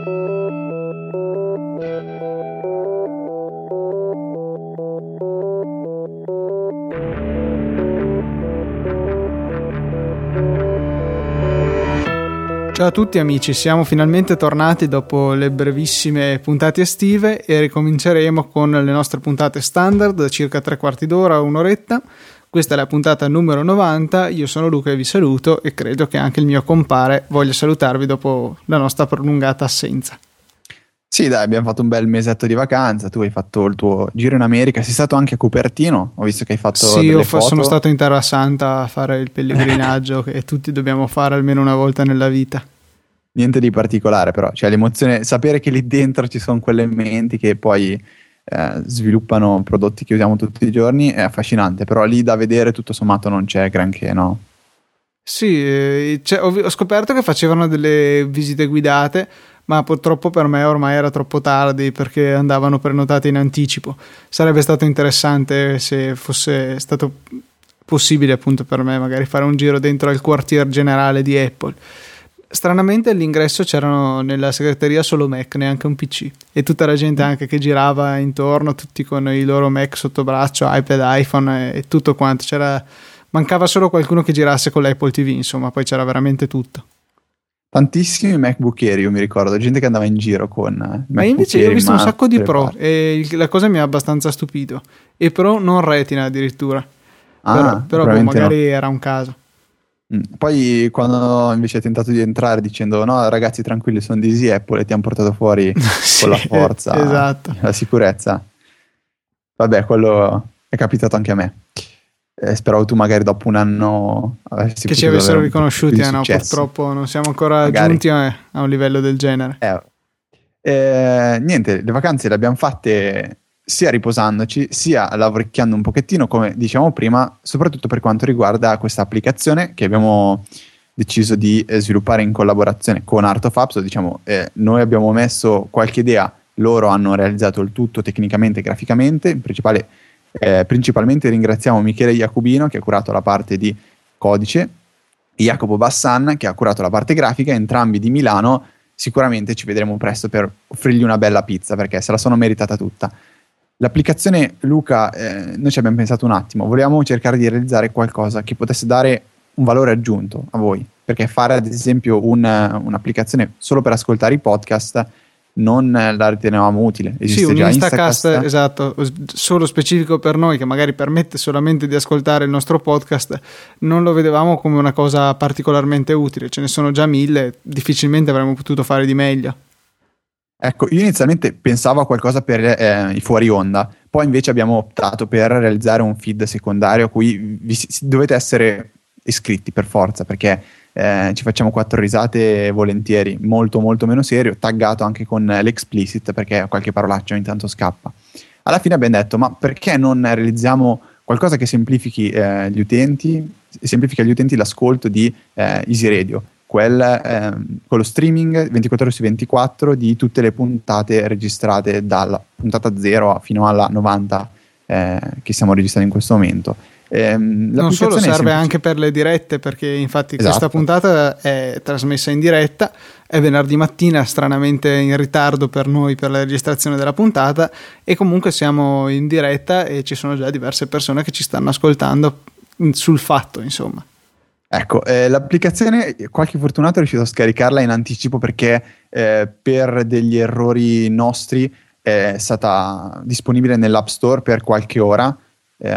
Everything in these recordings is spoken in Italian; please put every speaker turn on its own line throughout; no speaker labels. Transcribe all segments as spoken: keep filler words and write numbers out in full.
Ciao a tutti amici, siamo finalmente tornati dopo le brevissime puntate estive e ricominceremo con le nostre puntate standard da circa tre quarti d'ora o un'oretta. Questa è la puntata numero novanta, io sono Luca e vi saluto e credo che anche il mio compare voglia salutarvi dopo la nostra prolungata assenza.
Sì dai, abbiamo fatto un bel mesetto di vacanza, tu hai fatto il tuo giro in America, sei stato anche a Cupertino, ho visto che hai fatto
sì,
delle
io
foto.
sono stato in Terra Santa a fare il pellegrinaggio che tutti dobbiamo fare almeno una volta nella vita.
Niente di particolare però, cioè l'emozione, sapere che lì dentro ci sono quelle menti che poi eh, sviluppano prodotti che usiamo tutti i giorni è affascinante, però lì da vedere tutto sommato non c'è granché, no?
Sì, eh, cioè, ho, ho scoperto che facevano delle visite guidate, ma purtroppo per me ormai era troppo tardi perché andavano prenotate in anticipo. Sarebbe stato interessante se fosse stato possibile appunto per me magari fare un giro dentro al quartier generale di Apple. Stranamente all'ingresso c'erano nella segreteria solo Mac, neanche un P C, e tutta la gente anche che girava intorno, tutti con i loro Mac sotto braccio, iPad, iPhone e, e tutto quanto. C'era, mancava solo qualcuno che girasse con l'Apple T V, insomma, poi c'era veramente tutto.
Tantissimi MacBook Air, io mi ricordo, gente che andava in giro con MacBook
Ma invece
Air
io ho visto un sacco di Pro
parti.
e il, la cosa mi ha abbastanza stupito, e Pro non Retina addirittura,
Ah,
però, però boh, magari
no.
era un caso.
Mm. Poi quando invece hai tentato di entrare dicendo no ragazzi tranquilli sono di Easy Apple e ti hanno portato fuori
Sì,
con la forza,
esatto.
la sicurezza, vabbè quello è capitato anche a me. Eh, speravo tu magari dopo un anno
che ci avessero riconosciuti, eh, no, purtroppo non siamo ancora magari giunti a, a un livello del genere.
Eh, eh, niente, le vacanze le abbiamo fatte sia riposandoci sia lavoricchiando un pochettino come diciamo prima, soprattutto per quanto riguarda questa applicazione che abbiamo deciso di eh, sviluppare in collaborazione con Art of Apps. Diciamo, eh, noi abbiamo messo qualche idea, loro hanno realizzato il tutto tecnicamente e graficamente. In principale Eh, principalmente ringraziamo Michele Iacobino che ha curato la parte di codice e Jacopo Bassan che ha curato la parte grafica, entrambi di Milano. Sicuramente ci vedremo presto per offrirgli una bella pizza perché se la sono meritata tutta. L'applicazione, Luca, eh, noi ci abbiamo pensato un attimo, volevamo cercare di realizzare qualcosa che potesse dare un valore aggiunto a voi, perché fare ad esempio un, un'applicazione solo per ascoltare i podcast non la ritenevamo utile. Esiste
sì, un
già
Instacast,
Instacast,
esatto, solo specifico per noi che magari permette solamente di ascoltare il nostro podcast, non lo vedevamo come una cosa particolarmente utile, ce ne sono già mille, difficilmente avremmo potuto fare di meglio.
Ecco, io inizialmente pensavo a qualcosa per eh, i fuori onda, poi invece abbiamo optato per realizzare un feed secondario a cui vi, dovete essere iscritti per forza perché Eh, ci facciamo quattro risate volentieri, molto molto meno serio, taggato anche con l'explicit perché qualche parolaccia ogni tanto scappa. Alla fine abbiamo detto ma perché non realizziamo qualcosa che semplifichi eh, gli utenti, semplifica agli utenti l'ascolto di eh, Easy Radio, quel, eh, quello streaming ventiquattro ore su ventiquattro di tutte le puntate registrate dalla puntata zero fino alla novanta eh, che stiamo registrando in questo momento. Ehm,
non solo, serve anche per le dirette perché infatti esatto. Questa puntata è trasmessa in diretta, è venerdì mattina, stranamente in ritardo per noi per la registrazione della puntata, e comunque siamo in diretta e ci sono già diverse persone che ci stanno ascoltando sul fatto, insomma.
Ecco, eh, l'applicazione qualche fortunato è riuscito a scaricarla in anticipo perché eh, per degli errori nostri è stata disponibile nell'App Store per qualche ora, eh,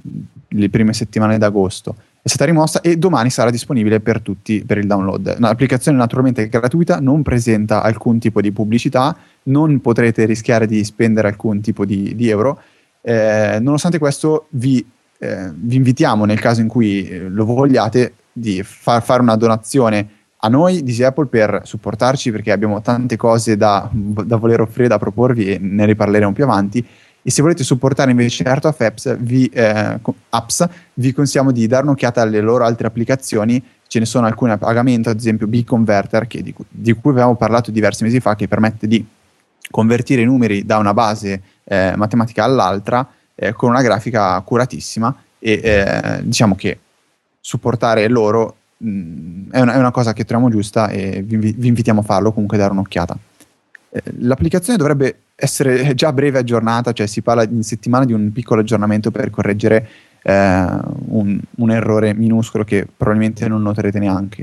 le prime settimane d'agosto è stata rimossa e domani sarà disponibile per tutti per il download. L'applicazione naturalmente è gratuita, non presenta alcun tipo di pubblicità, non potrete rischiare di spendere alcun tipo di, di euro. Eh, nonostante questo vi, eh, vi invitiamo, nel caso in cui lo vogliate, di far fare una donazione a noi di Apple per supportarci perché abbiamo tante cose da, da voler offrire, da proporvi e ne riparleremo più avanti. E se volete supportare invece Art of Apps vi, eh, apps, vi consigliamo di dare un'occhiata alle loro altre applicazioni. Ce ne sono alcune a pagamento, ad esempio B-Converter, che di, di cui avevamo parlato diversi mesi fa, che permette di convertire i numeri da una base eh, matematica all'altra eh, con una grafica accuratissima e eh, diciamo che supportare loro mh, è, una, è una cosa che troviamo giusta e vi, vi invitiamo a farlo, comunque dare un'occhiata. Eh, l'applicazione dovrebbe essere già breve aggiornata, cioè si parla in settimana di un piccolo aggiornamento per correggere eh, un, un errore minuscolo che probabilmente non noterete neanche.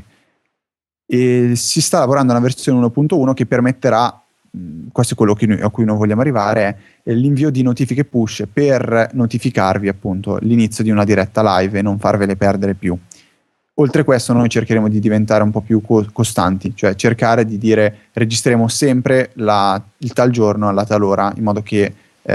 E si sta lavorando a una versione uno punto uno che permetterà, mh, questo è quello che noi, a cui noi vogliamo arrivare, è l'invio di notifiche push per notificarvi appunto l'inizio di una diretta live e non farvele perdere più. Oltre a questo noi cercheremo di diventare un po' più co- costanti, cioè cercare di dire registreremo sempre la, il tal giorno alla tal ora, in modo che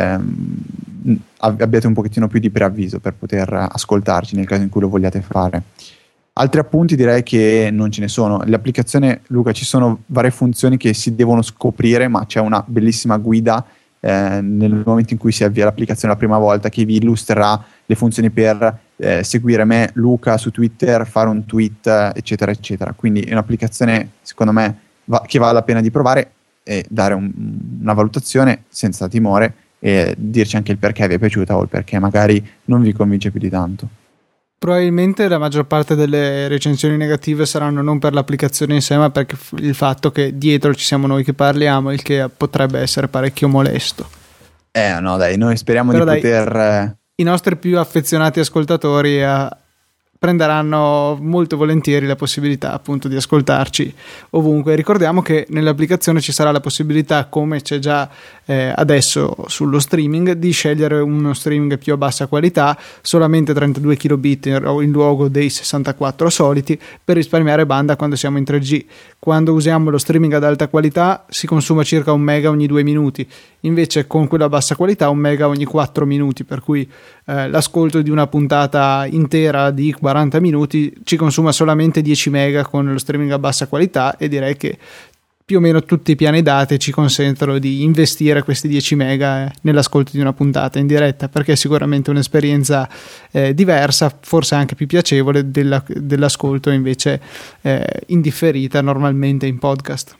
ehm, abbiate un pochettino più di preavviso per poter ascoltarci nel caso in cui lo vogliate fare. Altri appunti direi che non ce ne sono. L'applicazione, Luca, ci sono varie funzioni che si devono scoprire, ma c'è una bellissima guida eh, nel momento in cui si avvia l'applicazione la prima volta che vi illustrerà le funzioni per eh, seguire me, Luca, su Twitter, fare un tweet, eccetera, eccetera. Quindi è un'applicazione, secondo me, va- che vale la pena di provare e dare un, una valutazione senza timore e dirci anche il perché vi è piaciuta o il perché magari non vi convince più di tanto.
Probabilmente la maggior parte delle recensioni negative saranno non per l'applicazione in sé, ma per il fatto che dietro ci siamo noi che parliamo, il che potrebbe essere parecchio molesto.
Eh no, dai, noi speriamo
Però
di
dai,
poter...
I nostri più affezionati ascoltatori eh, prenderanno molto volentieri la possibilità appunto di ascoltarci ovunque. Ricordiamo che nell'applicazione ci sarà la possibilità, come c'è già eh, adesso sullo streaming, di scegliere uno streaming più a bassa qualità, solamente trentadue kilobit in luogo dei sessantaquattro soliti, per risparmiare banda quando siamo in tre G. Quando usiamo lo streaming ad alta qualità si consuma circa un mega ogni due minuti, invece con quello a bassa qualità un mega ogni quattro minuti, per cui eh, l'ascolto di una puntata intera di quaranta minuti ci consuma solamente dieci mega con lo streaming a bassa qualità, e direi che più o meno tutti i piani dati ci consentono di investire questi dieci mega nell'ascolto di una puntata in diretta, perché è sicuramente un'esperienza eh, diversa, forse anche più piacevole della, dell'ascolto invece eh, indifferita normalmente in podcast.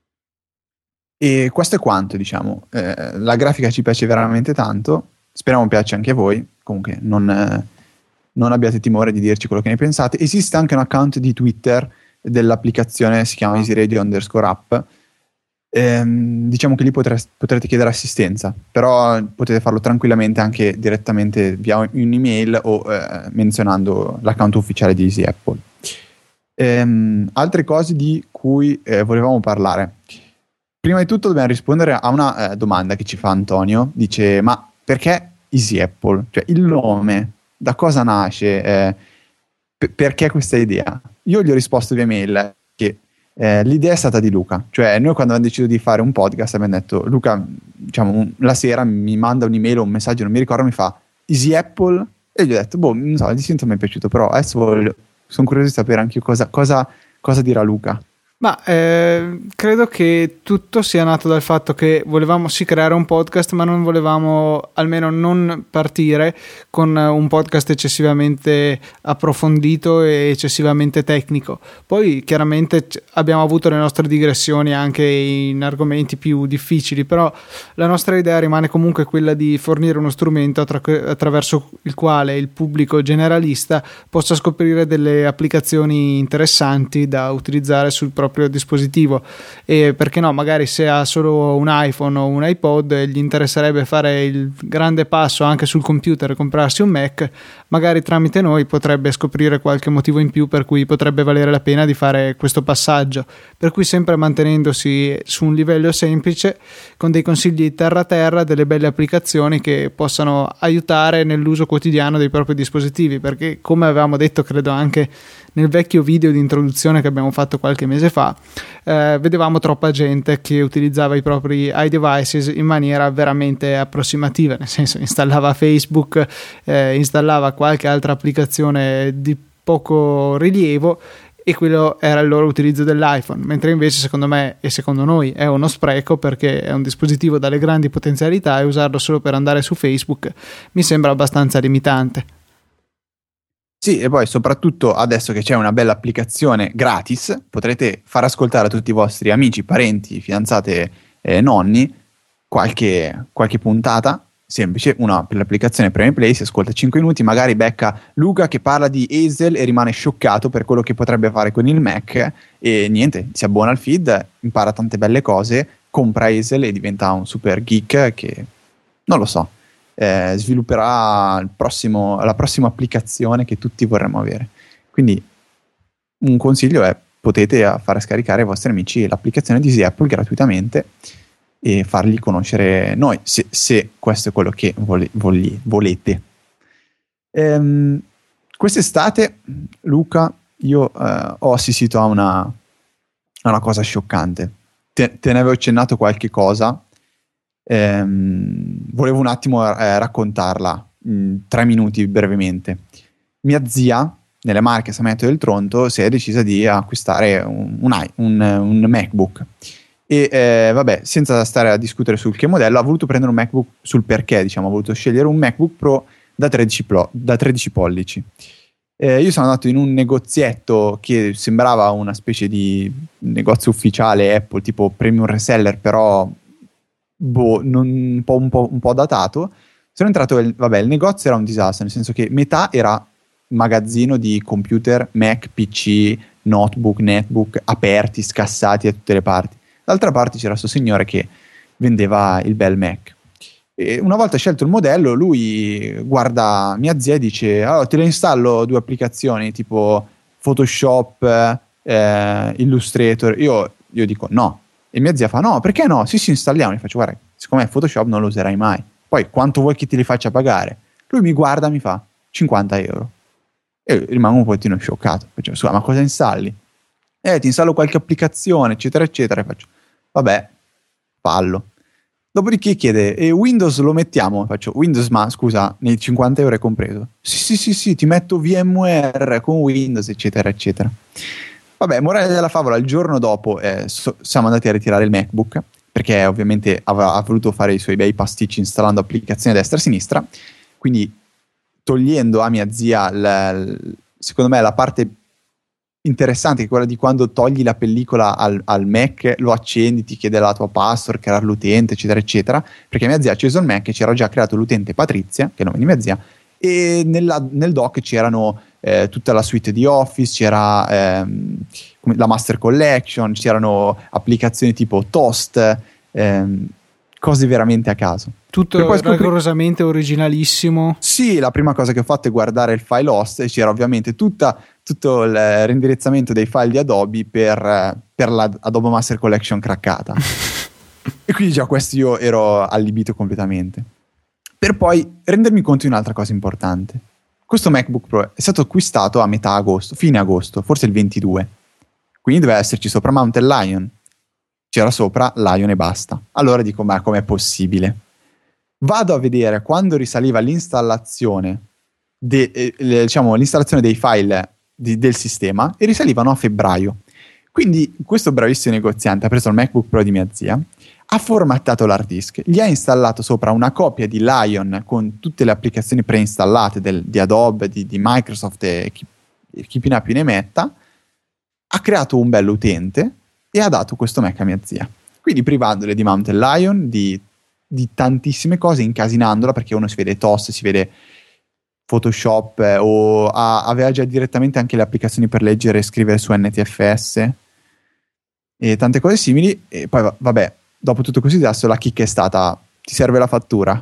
E questo è quanto, diciamo. Eh, la grafica ci piace veramente tanto, speriamo piaccia anche a voi. Comunque non, eh, non abbiate timore di dirci quello che ne pensate. Esiste anche un account di Twitter dell'applicazione, si chiama Easy Radio underscore app. Ehm, diciamo che lì potre, potrete chiedere assistenza, però potete farlo tranquillamente anche direttamente via un'email o eh, menzionando l'account ufficiale di Easy Apple. Ehm, altre cose di cui eh, volevamo parlare. Prima di tutto dobbiamo rispondere a una eh, domanda che ci fa Antonio. Dice: ma perché Easy Apple? Cioè il nome, da cosa nasce? Eh, p- perché questa idea? Io gli ho risposto via mail che eh, l'idea è stata di Luca. Cioè noi quando abbiamo deciso di fare un podcast abbiamo detto: Luca, diciamo, un, la sera mi manda un'email o un messaggio, non mi ricordo, mi fa Easy Apple, e gli ho detto: boh, non so, il distinto mi è piaciuto, però adesso voglio, sono curioso di sapere anche io cosa, cosa, cosa dirà Luca.
Ma eh, credo che tutto sia nato dal fatto che volevamo sì creare un podcast, ma non volevamo, almeno non partire con un podcast eccessivamente approfondito e eccessivamente tecnico. Poi chiaramente abbiamo avuto le nostre digressioni anche in argomenti più difficili, però la nostra idea rimane comunque quella di fornire uno strumento attra- attraverso il quale il pubblico generalista possa scoprire delle applicazioni interessanti da utilizzare sul proprio dispositivo. E perché no, magari se ha solo un iPhone o un iPod gli interesserebbe fare il grande passo anche sul computer e comprarsi un Mac, magari tramite noi potrebbe scoprire qualche motivo in più per cui potrebbe valere la pena di fare questo passaggio, per cui sempre mantenendosi su un livello semplice, con dei consigli terra terra, delle belle applicazioni che possano aiutare nell'uso quotidiano dei propri dispositivi, perché come avevamo detto credo anche nel vecchio video di introduzione che abbiamo fatto qualche mese fa, eh, vedevamo troppa gente che utilizzava i propri iDevices in maniera veramente approssimativa, nel senso installava Facebook, eh, installava qualche altra applicazione di poco rilievo e quello era il loro utilizzo dell'iPhone, mentre invece secondo me e secondo noi è uno spreco, perché è un dispositivo dalle grandi potenzialità e usarlo solo per andare su Facebook mi sembra abbastanza limitante.
Sì, e poi soprattutto adesso che c'è una bella applicazione gratis, potrete far ascoltare a tutti i vostri amici, parenti, fidanzate, eh, nonni qualche, qualche puntata semplice, una per l'applicazione Premium Play, si ascolta cinque minuti, magari becca Luca che parla di Hazel e rimane scioccato per quello che potrebbe fare con il Mac e niente, si abbona al feed, impara tante belle cose, compra Hazel e diventa un super geek che, non lo so, eh, svilupperà il prossimo, la prossima applicazione che tutti vorremmo avere. Quindi un consiglio è: potete fare scaricare ai vostri amici l'applicazione di Easy Apple gratuitamente e fargli conoscere noi, se, se questo è quello che vole, vogli, volete. Ehm, quest'estate, Luca, io eh, ho assistito a una, a una cosa scioccante. Te, te ne avevo accennato qualche cosa. Ehm, volevo un attimo eh, raccontarla in tre minuti brevemente. Mia zia, nelle Marche San Benedetto del Tronto, si è decisa di acquistare un, un, un, un MacBook e eh, vabbè, senza stare a discutere sul che modello, ha voluto prendere un MacBook, sul perché diciamo ha voluto scegliere un MacBook Pro da tredici, plo, da tredici pollici. Eh, io sono andato in un negozietto che sembrava una specie di negozio ufficiale Apple, tipo premium reseller, però boh, non, un, po', un, po', un po' datato. Sono entrato, vabbè, il negozio era un disastro, nel senso che metà era magazzino di computer, Mac, P C, notebook, netbook aperti, scassati da tutte le parti. D'altra parte c'era questo signore che vendeva il bel Mac. E una volta scelto il modello, lui guarda mia zia e dice: allora te le installo due applicazioni tipo Photoshop, eh, Illustrator. Io, io dico no. E mia zia fa: no, perché no? Sì, sì, installiamo. Gli faccio: guarda, siccome Photoshop non lo userai mai. Poi quanto vuoi che ti li faccia pagare? Lui mi guarda e mi fa cinquanta euro. E rimango un pochettino scioccato. Faccio: scusa, ma cosa installi? Eh, ti installo qualche applicazione, eccetera, eccetera. E faccio: vabbè, fallo. Dopodiché chiede: e Windows lo mettiamo? Faccio: Windows, ma scusa, nei cinquanta euro è compreso? Sì, sì, sì, sì, ti metto VMware con Windows, eccetera, eccetera. Vabbè, morale della favola, il giorno dopo eh, so, siamo andati a ritirare il MacBook, perché ovviamente aveva, ha voluto fare i suoi bei pasticci installando applicazioni a destra e a sinistra, quindi togliendo a mia zia la, secondo me la parte interessante, che è quella di quando togli la pellicola al, al Mac, lo accendi, ti chiede la tua password, creare l'utente, eccetera eccetera, perché mia zia ha acceso il Mac e c'era già creato l'utente Patrizia, che è il nome di mia zia, e nella, nel dock c'erano eh, tutta la suite di Office, c'era ehm, la Master Collection, c'erano applicazioni tipo Toast, ehm, cose veramente a caso.
Tutto rigorosamente originalissimo.
Sì, la prima cosa che ho fatto è guardare il file host e c'era ovviamente tutta, tutto il renderizzamento dei file di Adobe per, per la Adobe Master Collection craccata. E quindi già questo io ero allibito completamente. Per poi rendermi conto di un'altra cosa importante. Questo MacBook Pro è stato acquistato a metà agosto, fine agosto, forse il ventidue. Quindi deve esserci sopra Mountain Lion. C'era sopra Lion e basta. Allora dico: ma com'è possibile? Vado a vedere quando risaliva l'installazione, de, eh, diciamo l'installazione dei file di, del sistema, e risalivano a febbraio. Quindi questo bravissimo negoziante ha preso il MacBook Pro di mia zia, ha formattato l'hard disk, gli ha installato sopra una copia di Lion con tutte le applicazioni preinstallate del, di Adobe, di, di Microsoft e chi, chi più ne ha più ne metta, ha creato un bell'utente e ha dato questo Mac a mia zia. Quindi privandole di Mountain Lion, di di tantissime cose, incasinandola, perché uno si vede Toast, si vede Photoshop, eh, o ha, aveva già direttamente anche le applicazioni per leggere e scrivere su N T F S e tante cose simili. E poi vabbè, dopo tutto questo adesso la chicca è stata: ti serve la fattura?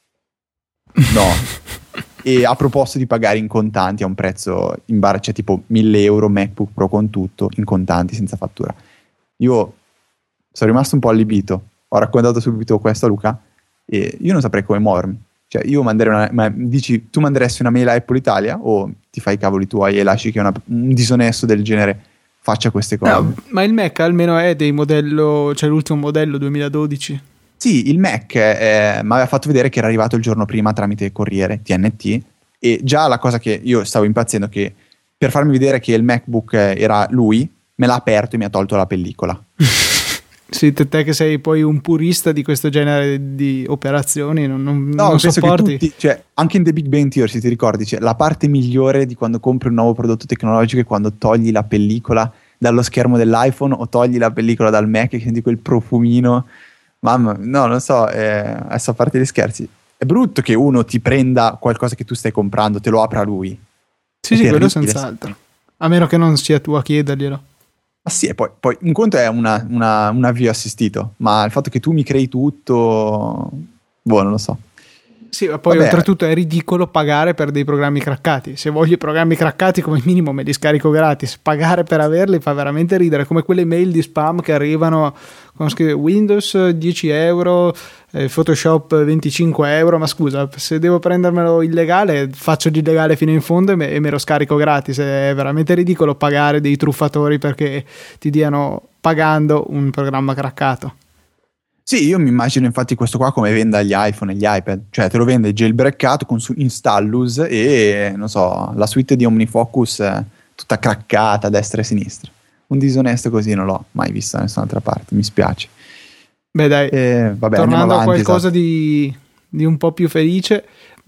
No. E ha proposto di pagare in contanti a un prezzo in bar, cioè tipo mille euro MacBook Pro con tutto in contanti senza fattura. Io sono rimasto un po' allibito. Ho raccontato subito questo a Luca e io non saprei come muovermi. Cioè io manderei una, ma dici, tu manderesti una mail a Apple Italia o ti fai i cavoli tuoi e lasci che una, un disonesto del genere faccia queste cose?
No, ma il Mac almeno è dei modello, cioè l'ultimo modello duemiladodici.
Sì, il Mac eh, mi aveva fatto vedere che era arrivato il giorno prima tramite corriere T N T, e già la cosa che io stavo impazzendo, che per farmi vedere che il MacBook era lui, me l'ha aperto e mi ha tolto la pellicola.
Sì, te, te che sei poi un purista di questo genere di operazioni, non, non,
no,
non
penso
sopporti.
Che tutti, cioè, anche in The Big Bang Theory, se ti ricordi, cioè, la parte migliore di quando compri un nuovo prodotto tecnologico è quando togli la pellicola dallo schermo dell'iPhone o togli la pellicola dal Mac e senti quel profumino. Mamma, no, non so, eh, adesso a parte gli scherzi, è brutto che uno ti prenda qualcosa che tu stai comprando, te lo apra lui.
Sì,
È
sì, quello
terribile.
senz'altro. A meno che non sia tu a chiederglielo.
Ma sì, e poi, poi un conto è una, una, un avvio assistito, ma il fatto che tu mi crei tutto, boh, non lo so.
Sì, ma poi
Vabbè.
oltretutto è ridicolo pagare per dei programmi craccati. Se voglio i programmi craccati, come minimo me li scarico gratis. Pagare per averli fa veramente ridere, come quelle mail di spam che arrivano con scritto Windows dieci euro, eh, Photoshop venticinque euro. Ma scusa, se devo prendermelo illegale, faccio di illegale fino in fondo e me, e me lo scarico gratis. È veramente ridicolo pagare dei truffatori perché ti diano pagando un programma craccato.
Sì, io mi immagino infatti questo qua come venda gli iPhone e gli iPad, cioè te lo vende jailbreakato con su Installus e non so, la suite di OmniFocus è tutta craccata a destra e a sinistra. Un disonesto così non l'ho mai visto da nessun'altra parte, mi spiace.
Beh dai,
eh, vabbè,
tornando
avanti,
a qualcosa
esatto.
di, di un po' più felice,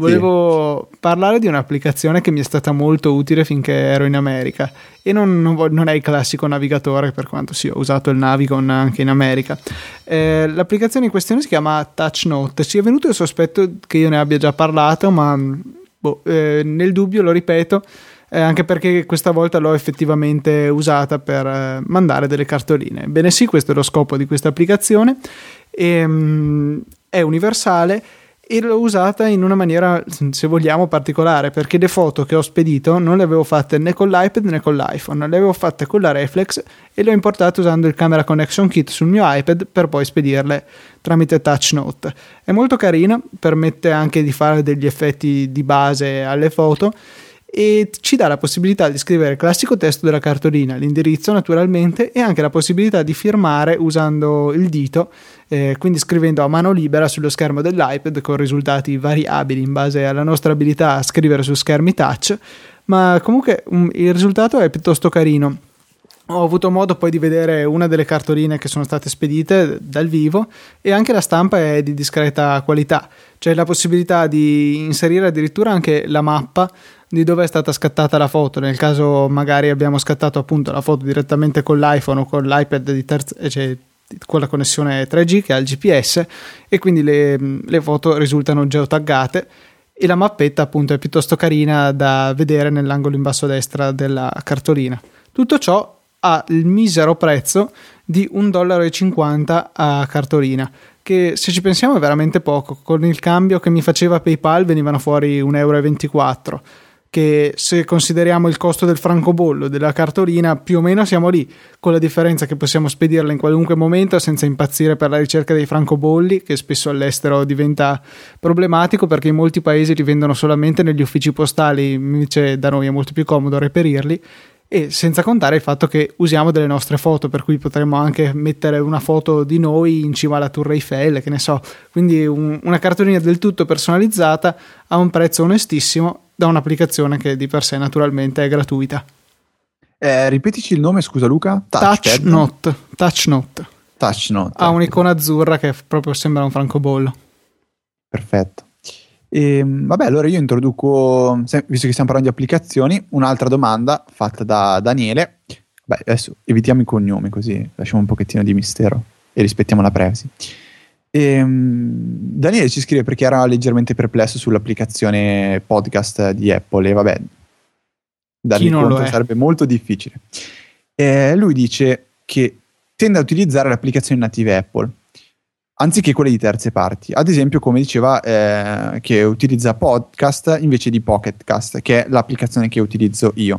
volevo sì. parlare di un'applicazione che mi è stata molto utile finché ero in America e non, non, vo- non è il classico navigatore, per quanto sì, ho usato il Navicon anche in America. Eh, l'applicazione in questione si chiama TouchNote. Ci è venuto il sospetto che io ne abbia già parlato, ma boh, eh, nel dubbio lo ripeto, eh, anche perché questa volta l'ho effettivamente usata per eh, mandare delle cartoline. Bene sì, questo è lo scopo di questa applicazione, e, mh, è universale e l'ho usata in una maniera, se vogliamo, particolare, perché le foto che ho spedito non le avevo fatte né con l'iPad né con l'iPhone, le avevo fatte con la Reflex e le ho importate usando il Camera Connection Kit sul mio iPad per poi spedirle tramite TouchNote. È molto carina, permette anche di fare degli effetti di base alle foto e ci dà la possibilità di scrivere il classico testo della cartolina, l'indirizzo naturalmente, e anche la possibilità di firmare usando il dito, eh, quindi scrivendo a mano libera sullo schermo dell'iPad con risultati variabili in base alla nostra abilità a scrivere su schermi touch, ma comunque um, il risultato è piuttosto carino. Ho avuto modo poi di vedere una delle cartoline che sono state spedite dal vivo e anche la stampa è di discreta qualità. C'è la possibilità di inserire addirittura anche la mappa di dove è stata scattata la foto, nel caso magari abbiamo scattato appunto la foto direttamente con l'iPhone o con l'iPad di terza, cioè con la connessione tre G che ha il G P S, e quindi le, le foto risultano geotaggate e la mappetta appunto è piuttosto carina da vedere nell'angolo in basso a destra della cartolina. Tutto ciò ha il misero prezzo di un dollaro e cinquanta a cartolina, che se ci pensiamo è veramente poco. Con il cambio che mi faceva PayPal venivano fuori un euro e ventiquattro, che se consideriamo il costo del francobollo della cartolina più o meno siamo lì, con la differenza che possiamo spedirla in qualunque momento senza impazzire per la ricerca dei francobolli, che spesso all'estero diventa problematico perché in molti paesi li vendono solamente negli uffici postali, invece da noi è molto più comodo reperirli. E senza contare il fatto che usiamo delle nostre foto, per cui potremmo anche mettere una foto di noi in cima alla Tour Eiffel, che ne so, quindi un, una cartolina del tutto personalizzata a un prezzo onestissimo da un'applicazione che di per sé naturalmente è gratuita.
Eh, ripetici il nome, scusa Luca.
TouchNote. TouchNote.
TouchNote.
Ha un'icona azzurra che proprio sembra un francobollo.
Perfetto. E, vabbè, allora io introduco, visto che stiamo parlando di applicazioni, un'altra domanda fatta da Daniele. Beh, adesso evitiamo i cognomi così lasciamo un pochettino di mistero e rispettiamo la privacy. E, Daniele ci scrive perché era leggermente perplesso sull'applicazione podcast di Apple e vabbè, dargli conto sarebbe molto difficile. E lui dice che tende a utilizzare le applicazioni native Apple anziché quelle di terze parti, ad esempio come diceva eh, che utilizza Podcast invece di Pocketcast, che è l'applicazione che utilizzo io.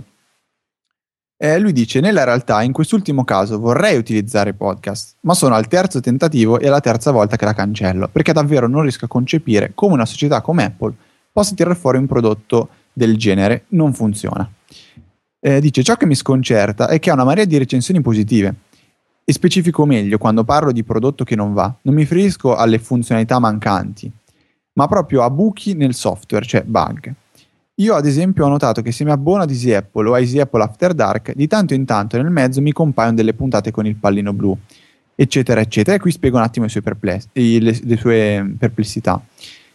Eh, lui dice: nella realtà in quest'ultimo caso vorrei utilizzare Podcast, ma sono al terzo tentativo e alla terza volta che la cancello, perché davvero non riesco a concepire come una società come Apple possa tirare fuori un prodotto del genere. Non funziona. Eh, dice: ciò che mi sconcerta è che ha una marea di recensioni positive. E specifico meglio, quando parlo di prodotto che non va, non mi riferisco alle funzionalità mancanti, ma proprio a buchi nel software, cioè bug. Io ad esempio ho notato che se mi abbono ad Easy Apple o a Easy Apple After Dark, di tanto in tanto nel mezzo mi compaiono delle puntate con il pallino blu, eccetera eccetera. E qui spiego un attimo i suoi perplessi, le, le sue perplessità.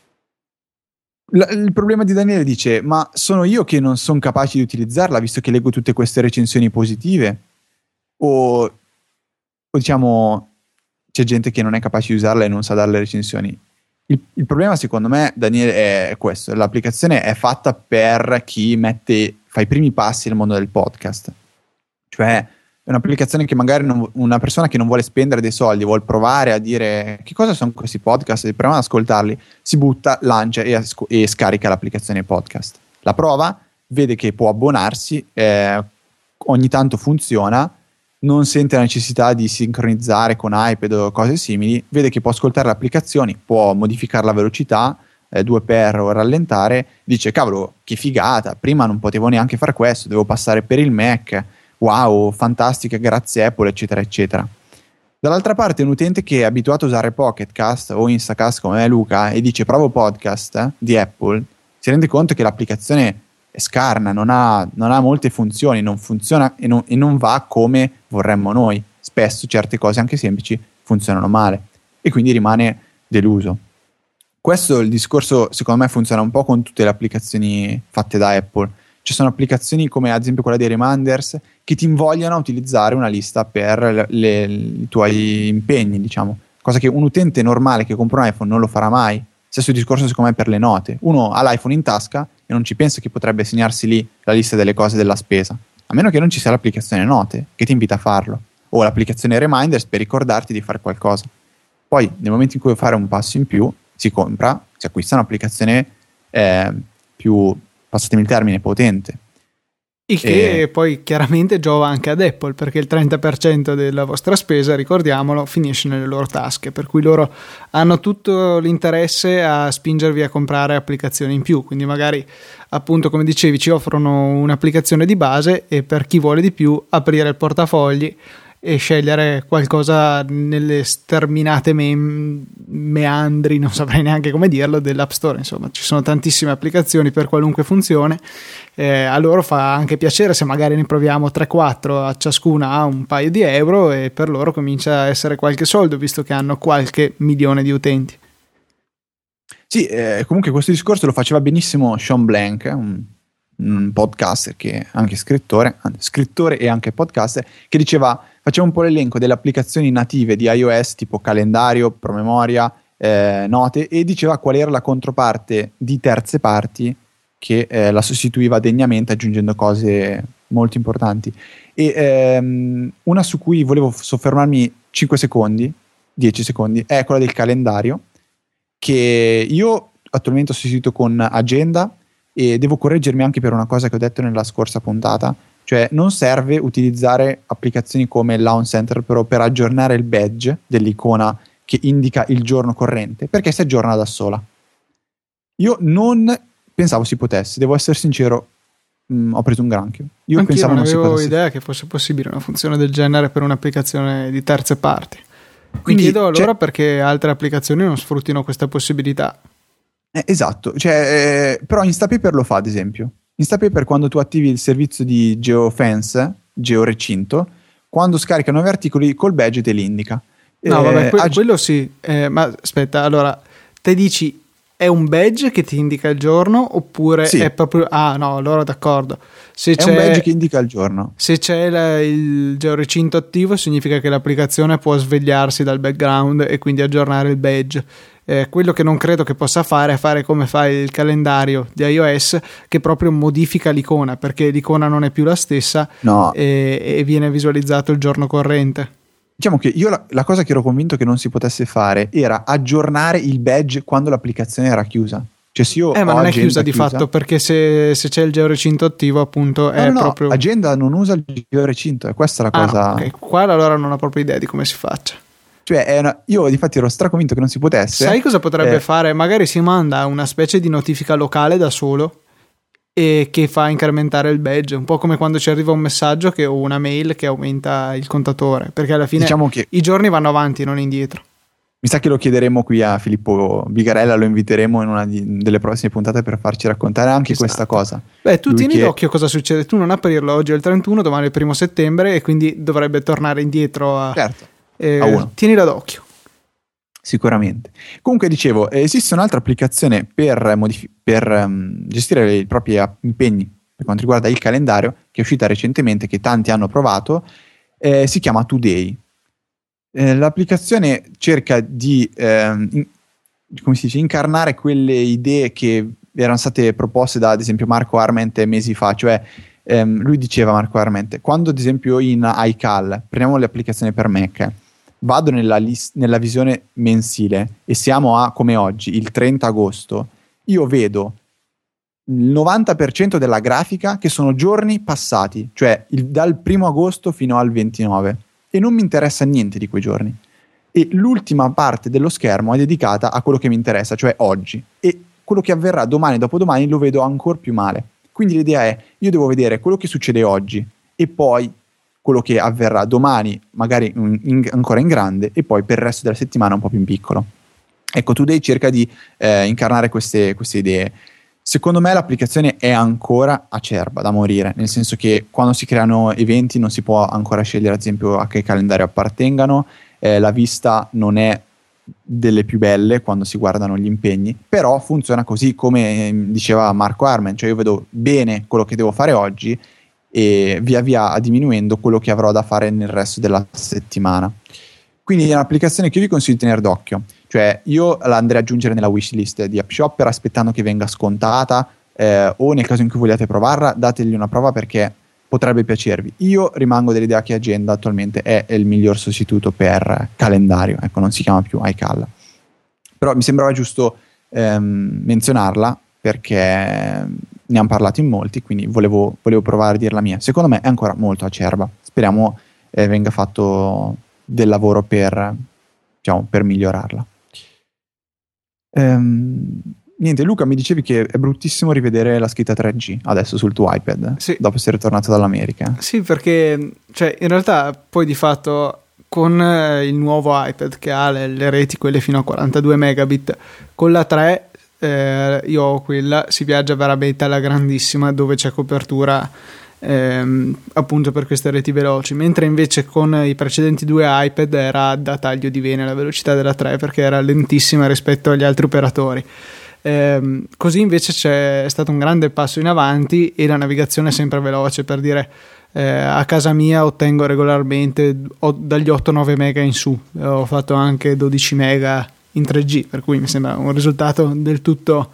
L- il problema di Daniele dice: ma sono io che non sono capace di utilizzarla visto che leggo tutte queste recensioni positive? O... o diciamo c'è gente che non è capace di usarla e non sa dare le recensioni. Il, il problema secondo me, Daniele, è questo: l'applicazione è fatta per chi mette, fa i primi passi nel mondo del podcast, cioè è un'applicazione che magari non, una persona che non vuole spendere dei soldi, vuole provare a dire che cosa sono questi podcast, e proviamo ad ascoltarli, si butta, lancia e, asco- e scarica l'applicazione podcast, la prova, vede che può abbonarsi, eh, ogni tanto funziona, non sente la necessità di sincronizzare con iPad o cose simili, vede che può ascoltare le applicazioni, può modificare la velocità, eh, due per o rallentare, dice cavolo che figata, prima non potevo neanche fare questo, devo passare per il Mac, wow, fantastica, grazie Apple, eccetera eccetera. Dall'altra parte un utente che è abituato a usare Pocket Cast o Instacast come Luca e dice provo podcast eh, di Apple, si rende conto che l'applicazione è scarna, non ha, non ha molte funzioni, non funziona e non, e non va come vorremmo noi. Spesso certe cose anche semplici funzionano male e quindi rimane deluso. Questo il discorso secondo me funziona un po' con tutte le applicazioni fatte da Apple. Ci sono applicazioni come ad esempio quella dei reminders che ti invogliano a utilizzare una lista per le, le, i tuoi impegni, diciamo, cosa che un utente normale che compra un iPhone non lo farà mai. Stesso discorso secondo me per le note. Uno ha l'iPhone in tasca e non ci pensa che potrebbe segnarsi lì la lista delle cose della spesa, a meno che non ci sia l'applicazione note che ti invita a farlo, o l'applicazione reminders per ricordarti di fare qualcosa. Poi nel momento in cui vuoi fare un passo in più si compra, si acquista un'applicazione eh, più, passatemi il termine, potente.
Il che
E...
poi chiaramente giova anche ad Apple, perché il trenta per cento della vostra spesa, ricordiamolo, finisce nelle loro tasche, per cui loro hanno tutto l'interesse a spingervi a comprare applicazioni in più, quindi magari appunto come dicevi ci offrono un'applicazione di base e per chi vuole di più aprire il portafogli e scegliere qualcosa nelle sterminate me- meandri, non saprei neanche come dirlo, dell'App Store. Insomma, ci sono tantissime applicazioni per qualunque funzione, eh, a loro fa anche piacere se magari ne proviamo tre quattro a ciascuna a un paio di euro, e per loro comincia a essere qualche soldo visto che hanno qualche milione di utenti.
Sì, eh, comunque questo discorso lo faceva benissimo Sean Blank, un, un podcaster che anche scrittore, scrittore e anche podcaster, che diceva, faceva un po' l'elenco delle applicazioni native di iOS tipo calendario, promemoria, eh, note, e diceva qual era la controparte di terze parti che eh, la sostituiva degnamente aggiungendo cose molto importanti. E ehm, una su cui volevo soffermarmi cinque secondi, dieci secondi, è quella del calendario, che io attualmente ho sostituito con Agenda, e devo correggermi anche per una cosa che ho detto nella scorsa puntata, cioè non serve utilizzare applicazioni come Launch Center però per aggiornare il badge dell'icona che indica il giorno corrente, perché si aggiorna da sola. Io non pensavo si potesse, devo essere sincero, mh, ho preso un granchio. Io
Anch'io
pensavo
non
non si
avevo
potesse.
idea che fosse possibile una funzione del genere per un'applicazione di terze parti.
Quindi
Mi chiedo allora
c'è...
perché altre applicazioni non sfruttino questa possibilità.
Eh, esatto, cioè, eh, però Instapaper lo fa ad esempio. Instapaper, quando tu attivi il servizio di geofence, georecinto, quando scarica nuovi articoli col badge te li indica.
No,
eh,
vabbè, que-
ag-
quello sì, eh, ma aspetta, allora, te dici è un badge che ti indica il giorno oppure
Sì.
è proprio... Ah no, allora d'accordo. Se
è
c'è,
un badge che indica il giorno.
se c'è la- il georecinto attivo significa che l'applicazione può svegliarsi dal background e quindi aggiornare il badge. Eh, quello che non credo che possa fare è fare come fa il calendario di iOS, che proprio modifica l'icona, perché l'icona non è più la stessa
No,
e, e viene visualizzato il giorno corrente.
diciamo che io la, la cosa che ero convinto che non si potesse fare era aggiornare il badge quando l'applicazione era chiusa. Cioè se io
Eh, ma
ho
non è
Agenda
chiusa di
chiusa-
fatto, perché se, se c'è il georecinto attivo, appunto, è
No, no, no,
proprio...
Agenda non usa il georecinto, è questa la
Ah,
cosa.
ok, qua allora non ho proprio idea di come si faccia.
Cioè, è una... io difatti ero straconvinto che non si potesse.
Sai cosa potrebbe
Eh,
fare? Magari si manda una specie di notifica locale da solo e che fa incrementare il badge, un po' come quando ci arriva un messaggio che, o una mail che aumenta il contatore, perché alla fine
Diciamo che
i giorni vanno avanti, non indietro.
mi sa che lo chiederemo qui a Filippo Bigarella, lo inviteremo in una di- delle prossime puntate per farci raccontare anche
Esatto.
questa cosa.
Beh, tu
Lui
tieni
che-
d'occhio cosa succede, tu non aprirlo oggi è il trentuno, domani è il primo settembre e quindi dovrebbe tornare indietro a...
Certo,
eh,
a uno.
tienila d'occhio.
Sicuramente. Comunque dicevo, eh, esiste un'altra applicazione per, modif- per um, gestire i propri app- impegni per quanto riguarda il calendario, che è uscita recentemente, che tanti hanno provato, eh, si chiama Today. Eh, l'applicazione cerca di ehm, in- come si dice, incarnare quelle idee che erano state proposte da ad esempio Marco Arment mesi fa, cioè ehm, lui diceva, Marco Arment, quando ad esempio in iCal, prendiamo le applicazioni per Mac, vado nella, list- nella visione mensile e siamo a, come oggi, il trenta agosto, io vedo il novanta per cento della grafica che sono giorni passati, cioè il, dal primo agosto fino al ventinove, e non mi interessa niente di quei giorni. E l'ultima parte dello schermo è dedicata a quello che mi interessa, cioè oggi, e quello che avverrà domani e dopodomani lo vedo ancora più male. Quindi l'idea è, io devo vedere quello che succede oggi e poi quello che avverrà domani, magari in, in, ancora in grande, e poi per il resto della settimana un po' più in piccolo. Ecco, Today cerca di eh, incarnare queste, queste idee. Secondo me l'applicazione è ancora acerba da morire, nel senso che quando si creano eventi non si può ancora scegliere ad esempio a che calendario appartengano, eh, la vista non è delle più belle quando si guardano gli impegni, però funziona così come diceva Marco Arment, cioè io vedo bene quello che devo fare oggi e via via diminuendo quello che avrò da fare nel resto della settimana. Quindi è un'applicazione che io vi consiglio di tenere d'occhio, cioè io la andrei ad aggiungere nella wishlist di AppShopper aspettando che venga scontata, eh, o nel caso in cui vogliate provarla dategli una prova perché potrebbe piacervi. Io rimango dell'idea che Agenda attualmente è il miglior sostituto per calendario, ecco, non si chiama più iCal, però mi sembrava giusto ehm, menzionarla perché ne hanno parlato in molti, quindi volevo, volevo provare a dire la mia. Secondo me è ancora molto acerba, speriamo eh, venga fatto del lavoro per, diciamo, per migliorarla. Ehm, niente, Luca, mi dicevi che è bruttissimo rivedere la scritta tre G adesso sul tuo iPad,
sì,
dopo essere tornato dall'America.
Sì, perché cioè, in realtà poi di fatto con il nuovo iPad che ha le, le reti quelle fino a quarantadue megabit, con la tre eh, io ho quella, si viaggia veramente alla grandissima dove c'è copertura ehm, appunto per queste reti veloci, mentre invece con i precedenti due iPad era da taglio di vene la velocità della tre perché era lentissima rispetto agli altri operatori. Eh, così invece c'è stato un grande passo in avanti e la navigazione è sempre veloce, per dire eh, a casa mia ottengo regolarmente ho, dagli otto nove mega in su, ho fatto anche dodici mega in tre G, per cui mi sembra un risultato del tutto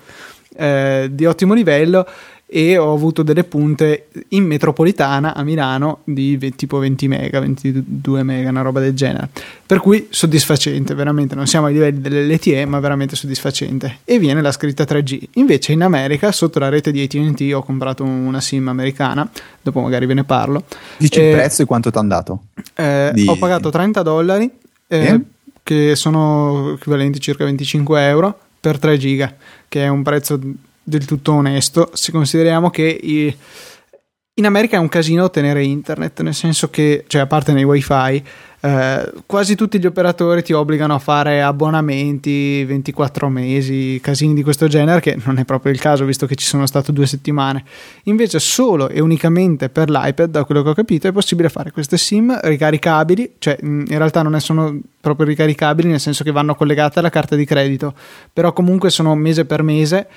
eh, di ottimo livello, e ho avuto delle punte in metropolitana a Milano di tipo venti mega, ventidue mega, una roba del genere, per cui soddisfacente, veramente non siamo ai livelli dell'L T E ma veramente soddisfacente. E viene la scritta tre G. Invece in America sotto la rete di A T and T ho comprato una SIM americana, dopo magari ve ne parlo.
Dici
eh,
il prezzo e quanto ti hanno dato?
Eh,
di...
ho pagato trenta dollari eh,
eh?
che sono equivalenti circa venticinque euro per tre giga, che è un prezzo del tutto onesto se consideriamo che i, in America è un casino ottenere internet, nel senso che, cioè a parte nei wifi, eh, quasi tutti gli operatori ti obbligano a fare abbonamenti ventiquattro mesi, casini di questo genere, che non è proprio il caso visto che ci sono stato due settimane. Invece solo e unicamente per l'iPad, da quello che ho capito, è possibile fare queste SIM ricaricabili, cioè in realtà non sono proprio ricaricabili nel senso che vanno collegate alla carta di credito, però comunque sono mese per mese,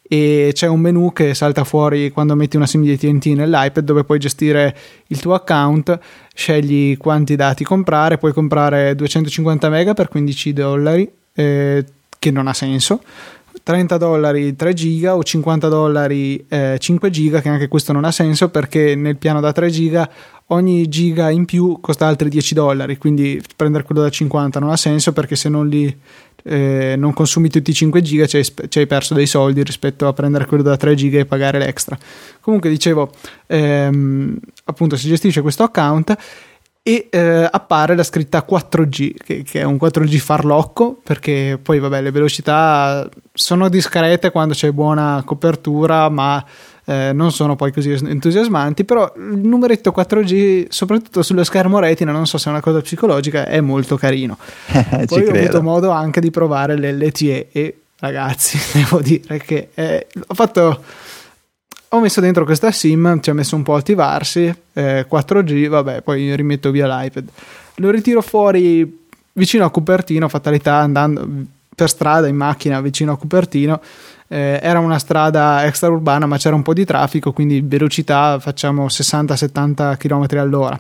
e c'è un menu che salta fuori quando metti una SIM di A T and T nell'iPad dove puoi gestire il tuo account, scegli quanti dati comprare, puoi comprare duecentocinquanta mega per quindici dollari, eh, che non ha senso, trenta dollari tre giga o cinquanta dollari eh, cinque giga, che anche questo non ha senso perché nel piano da tre giga ogni giga in più costa altri dieci dollari, quindi prendere quello da cinquanta non ha senso perché se non li eh, non consumi tutti i cinque giga ci hai perso dei soldi rispetto a prendere quello da tre giga e pagare l'extra. Comunque dicevo, ehm, appunto si gestisce questo account e eh, appare la scritta quattro G che, che è un quattro G farlocco, perché poi vabbè le velocità sono discrete quando c'è buona copertura ma eh, non sono poi così entusiasmanti, però il numeretto quattro G soprattutto sullo schermo retina, non so se è una cosa psicologica, è molto carino. Poi ho avuto modo anche di provare l'L T E e ragazzi devo dire che eh, ho fatto ho messo dentro questa SIM, ci ha messo un po' a attivarsi, eh, quattro G, vabbè, poi rimetto via l'iPad, lo ritiro fuori vicino a Cupertino, fatalità, andando per strada in macchina vicino a Cupertino, eh, era una strada extraurbana ma c'era un po' di traffico, quindi velocità facciamo sessanta settanta chilometri all'ora,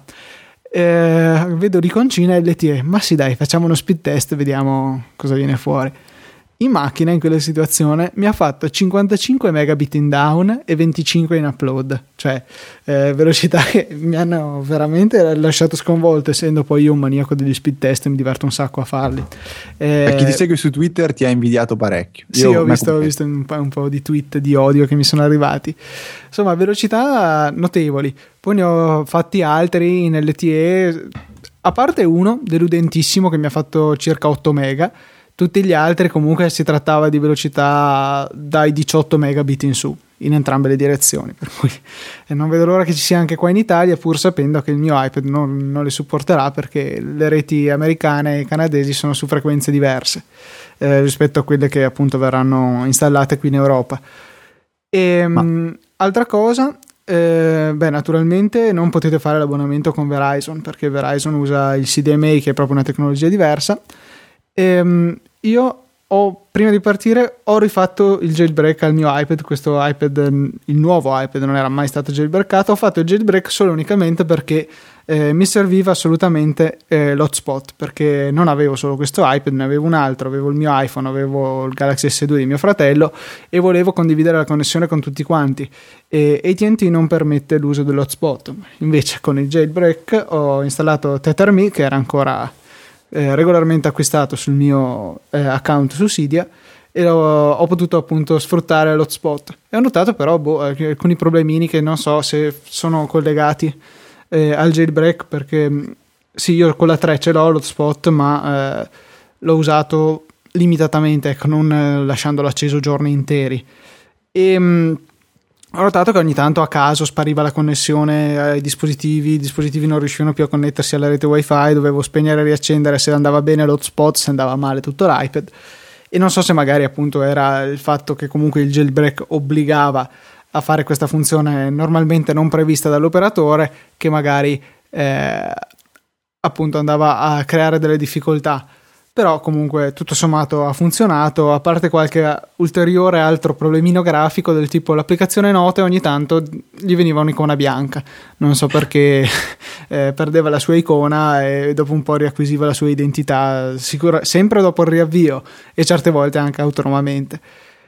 eh, vedo l'iconcina L T E, ma sì dai, facciamo uno speed test, vediamo cosa viene fuori. in macchina in quella situazione mi ha fatto cinquantacinque megabit in down e venticinque in upload, cioè eh, velocità che mi hanno veramente lasciato sconvolto, essendo poi io un maniaco degli speed test e mi diverto un sacco a farli.
Eh, chi ti segue su Twitter ti ha invidiato parecchio.
Sì, io ho visto, ho visto un, po', un po' di tweet di odio che mi sono arrivati. Insomma, velocità notevoli. Poi ne ho fatti altri in L T E, a parte uno deludentissimo che mi ha fatto circa otto mega. Tutti gli altri comunque si trattava di velocità dai diciotto megabit in su, in entrambe le direzioni, per cui non vedo l'ora che ci sia anche qua in Italia, pur sapendo che il mio iPad non, non le supporterà, perché le reti americane e canadesi sono su frequenze diverse eh, rispetto a quelle che appunto verranno installate qui in Europa. E, Ma... altra cosa, eh, beh, naturalmente non potete fare l'abbonamento con Verizon, perché Verizon usa il C D M A, che è proprio una tecnologia diversa. E, io ho, prima di partire, ho rifatto il jailbreak al mio iPad. Questo iPad, il nuovo iPad, non era mai stato jailbreakato. Ho fatto il jailbreak solo e unicamente perché eh, mi serviva assolutamente eh, l'hotspot, perché non avevo solo questo iPad, ne avevo un altro, avevo il mio iPhone, avevo il Galaxy S due di mio fratello e volevo condividere la connessione con tutti quanti, e A T and T non permette l'uso dell'hotspot. Invece con il jailbreak ho installato TetherMe, che era ancora Eh, regolarmente acquistato sul mio eh, account su Cydia, e ho, ho potuto appunto sfruttare l'hotspot. E ho notato però boh, alcuni problemini che non so se sono collegati eh, al jailbreak, perché sì, io con la tre ce l'ho l'hotspot, ma eh, l'ho usato limitatamente, ecco, non eh, lasciandolo acceso giorni interi. E mh, ho notato che ogni tanto a caso spariva la connessione ai dispositivi, i dispositivi non riuscivano più a connettersi alla rete wifi, dovevo spegnere e riaccendere se andava bene l'hotspot, se andava male tutto l'iPad. E non so se magari appunto era il fatto che comunque il jailbreak obbligava a fare questa funzione normalmente non prevista dall'operatore, che magari eh, appunto andava a creare delle difficoltà. Però comunque tutto sommato ha funzionato, a parte qualche ulteriore altro problemino grafico del tipo l'applicazione note ogni tanto gli veniva un'icona bianca, non so perché, eh, perdeva la sua icona e dopo un po' riacquisiva la sua identità, sicura, sempre dopo il riavvio e certe volte anche autonomamente.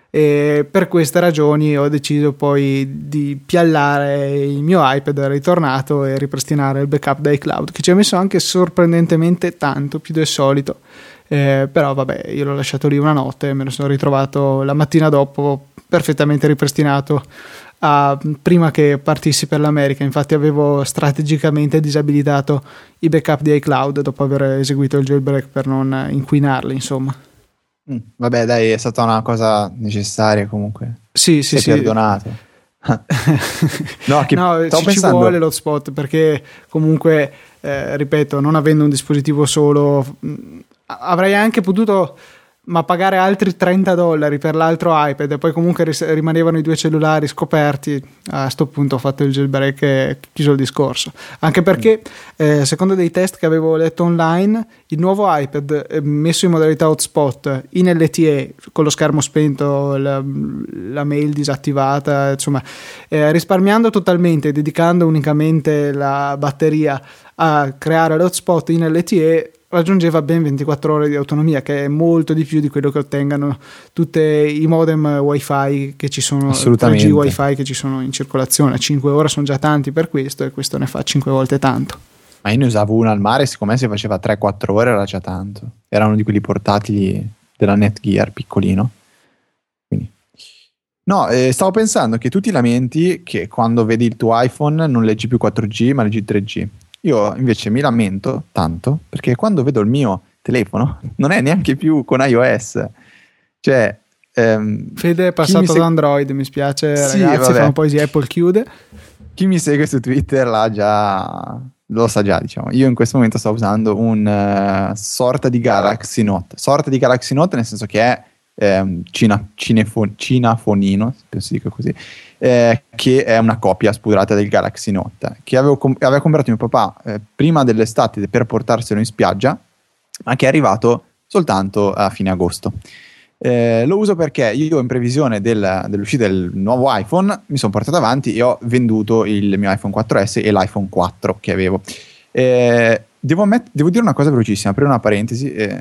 E per queste ragioni ho deciso poi di piallare il mio iPad, ritornato, e ripristinare il backup da iCloud, che ci ha messo anche sorprendentemente tanto più del solito. Eh, però vabbè, io l'ho lasciato lì una notte e me lo sono ritrovato la mattina dopo perfettamente ripristinato, a, prima che partissi per l'America. Infatti avevo strategicamente disabilitato i backup di iCloud dopo aver eseguito il jailbreak per non inquinarli, insomma.
Mm, vabbè dai, è stata una cosa necessaria comunque.
Sì, sì,
sei
sì.
perdonato. no, che
no ci,
pensando...
ci vuole l'hotspot, perché comunque eh, ripeto, non avendo un dispositivo solo mh, avrei anche potuto ma pagare altri trenta dollari per l'altro iPad e poi comunque ris- rimanevano i due cellulari scoperti. A sto punto ho fatto il jailbreak e chiuso il discorso, anche perché eh, secondo dei test che avevo letto online, il nuovo iPad eh, messo in modalità hotspot in L T E con lo schermo spento, la, la mail disattivata, insomma eh, risparmiando totalmente, dedicando unicamente la batteria a creare l'hotspot in L T E, raggiungeva ben ventiquattro ore di autonomia, che è molto di più di quello che ottengono tutti i modem wifi che ci sono, tre G wifi che ci sono in circolazione. Cinque ore sono già tanti per questo, e questo ne fa cinque volte tanto.
Ma io ne usavo uno al mare, siccome si faceva tre quattro ore era già tanto. Era uno di quelli portatili della Netgear, piccolino. Quindi. No, eh, stavo pensando che tu ti lamenti che quando vedi il tuo iPhone non leggi più quattro G ma leggi tre G. Io invece mi lamento tanto perché quando vedo il mio telefono non è neanche più con iOS. Cioè ehm,
Fede è passato
seg-
ad Android, mi spiace
sì,
ragazzi,
vabbè.
fa un po' di Apple chiude.
Chi mi segue su Twitter l'ha già, lo sa già, diciamo. Io in questo momento sto usando un uh, sorta di Galaxy Note. Sorta di Galaxy Note nel senso che è eh, cina, cinefo, cinafonino, penso si dica così, eh, che è una copia spudorata del Galaxy Note, che avevo com- aveva comprato mio papà eh, prima dell'estate per portarselo in spiaggia, ma che è arrivato soltanto a fine agosto. Eh, lo uso perché io, in previsione del, dell'uscita del nuovo iPhone, mi sono portato avanti e ho venduto il mio iPhone quattro S e l'iPhone quattro che avevo. Eh, devo, met- devo dire una cosa velocissima, aprire una parentesi. Eh,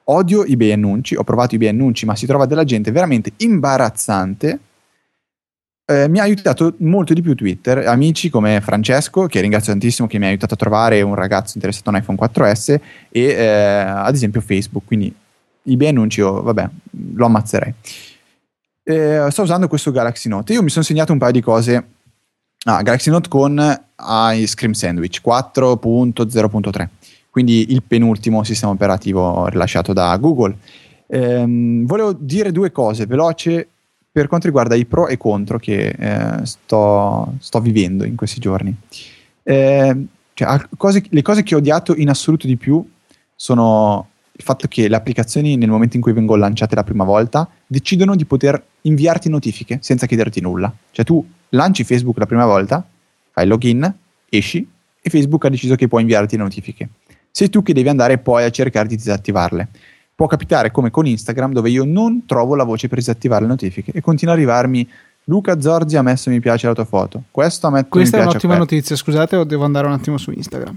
odio i bei annunci, ho provato i bei annunci, ma si trova della gente veramente imbarazzante. Eh, mi ha aiutato molto di più Twitter, amici come Francesco, che ringrazio tantissimo, che mi ha aiutato a trovare un ragazzo interessato a un iPhone quattro S, e eh, ad esempio Facebook. Quindi i bei annunci, oh, vabbè, lo ammazzerei. Eh, sto usando questo Galaxy Note. Io mi sono segnato un paio di cose. Ah, Galaxy Note con Ice Cream Sandwich quattro punto zero punto tre, quindi il penultimo sistema operativo rilasciato da Google. Ehm, volevo dire due cose veloce per quanto riguarda i pro e contro che eh, sto, sto vivendo in questi giorni. Eh, cioè, cose, le cose che ho odiato in assoluto di più sono il fatto che le applicazioni, nel momento in cui vengono lanciate la prima volta, decidono di poter inviarti notifiche senza chiederti nulla. Cioè tu lanci Facebook la prima volta, fai login, esci e Facebook ha deciso che può inviarti le notifiche. Sei tu che devi andare poi a cercare di disattivarle. Può capitare come con Instagram, dove io non trovo la voce per disattivare le notifiche e continua a arrivarmi: Luca Zorzi ha messo mi piace alla tua foto, questo ha messo mi piace.
Questa è un'ottima notizia, scusate, o devo andare un attimo su Instagram.